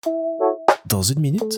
Dans une minute,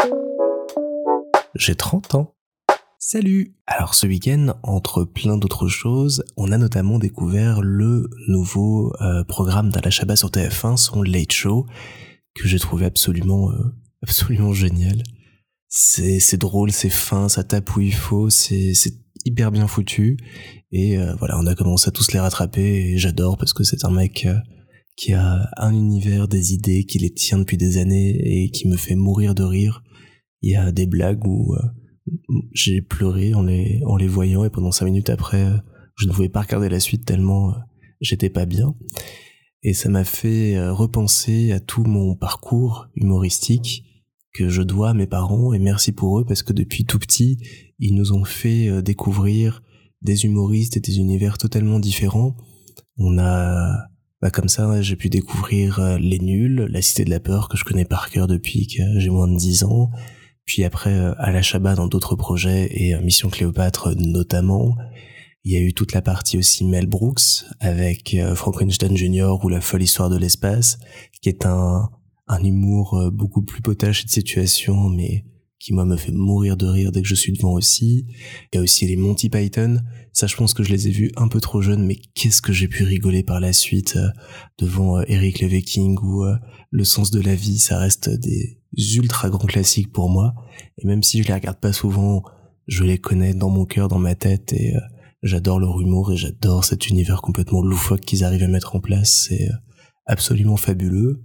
j'ai 30 ans. Salut! Alors ce week-end, entre plein d'autres choses, on a notamment découvert le nouveau programme d'Alain Chabat sur TF1, son Late Show, que j'ai trouvé absolument génial. C'est drôle, c'est fin, ça tape où il faut, c'est hyper bien foutu. Et voilà, on a commencé à tous les rattraper et j'adore parce que c'est un mec qui a un univers, des idées, qui les tient depuis des années et qui me fait mourir de rire. Il y a des blagues où j'ai pleuré en les voyant et pendant 5 minutes après, je ne pouvais pas regarder la suite tellement j'étais pas bien. Et ça m'a fait repenser à tout mon parcours humoristique que je dois à mes parents, et merci pour eux parce que depuis tout petit, ils nous ont fait découvrir des humoristes et des univers totalement différents. On a, comme ça, j'ai pu découvrir Les Nuls, La Cité de la Peur que je connais par cœur depuis que j'ai moins de 10 ans. Puis après, Alain Chabat dans d'autres projets et Mission Cléopâtre notamment. Il y a eu toute la partie aussi Mel Brooks avec Frankenstein Jr. ou La folle histoire de l'espace, qui est un humour beaucoup plus potache de situation, mais qui moi me fait mourir de rire dès que je suis devant aussi. Il y a aussi les Monty Python. Ça, je pense que je les ai vus un peu trop jeunes, mais qu'est-ce que j'ai pu rigoler par la suite devant Eric Leveking ou Le sens de la vie. Ça reste des ultra grands classiques pour moi. Et même si je les regarde pas souvent, je les connais dans mon cœur, dans ma tête, et j'adore leur humour et j'adore cet univers complètement loufoque qu'ils arrivent à mettre en place. C'est absolument fabuleux.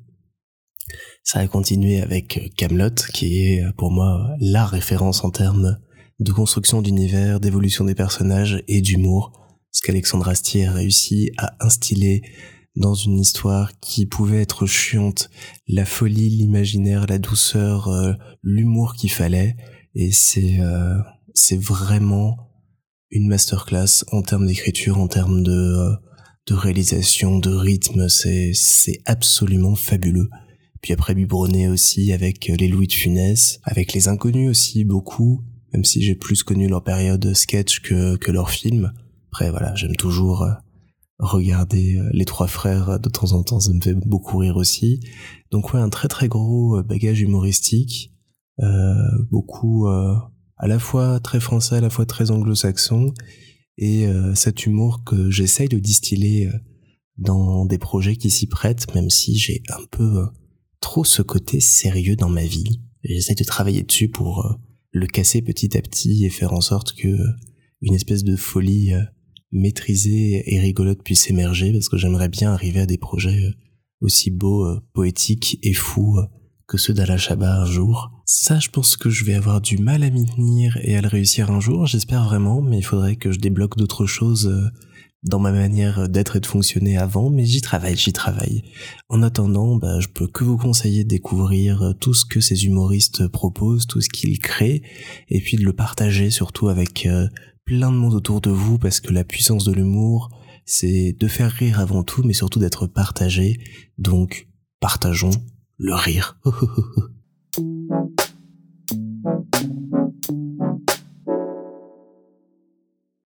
Ça a continué avec Kaamelott, qui est pour moi la référence en termes de construction d'univers, d'évolution des personnages et d'humour. Ce qu'Alexandre Astier a réussi à instiller dans une histoire qui pouvait être chiante, la folie, l'imaginaire, la douceur, l'humour qu'il fallait. Et c'est vraiment une masterclass en termes d'écriture, en termes de réalisation, de rythme. C'est absolument fabuleux. Puis après biberonné aussi avec les Louis de Funès, avec les Inconnus aussi beaucoup, même si j'ai plus connu leur période sketch que leurs films. Après voilà, j'aime toujours regarder les Trois Frères de temps en temps, ça me fait beaucoup rire aussi. Donc ouais, un très très gros bagage humoristique, beaucoup à la fois très français, à la fois très anglo-saxon, et cet humour que j'essaye de distiller dans des projets qui s'y prêtent, même si j'ai un peu trop ce côté sérieux dans ma vie. J'essaie de travailler dessus pour le casser petit à petit et faire en sorte que une espèce de folie maîtrisée et rigolote puisse émerger, parce que j'aimerais bien arriver à des projets aussi beaux, poétiques et fous que ceux d'Alain Chabat un jour. Ça, je pense que je vais avoir du mal à m'y tenir et à le réussir un jour, j'espère vraiment, mais il faudrait que je débloque d'autres choses dans ma manière d'être et de fonctionner avant, mais j'y travaille. En attendant, je peux que vous conseiller de découvrir tout ce que ces humoristes proposent, tout ce qu'ils créent, et puis de le partager surtout avec plein de monde autour de vous, parce que la puissance de l'humour, c'est de faire rire avant tout, mais surtout d'être partagé. Donc, partageons le rire.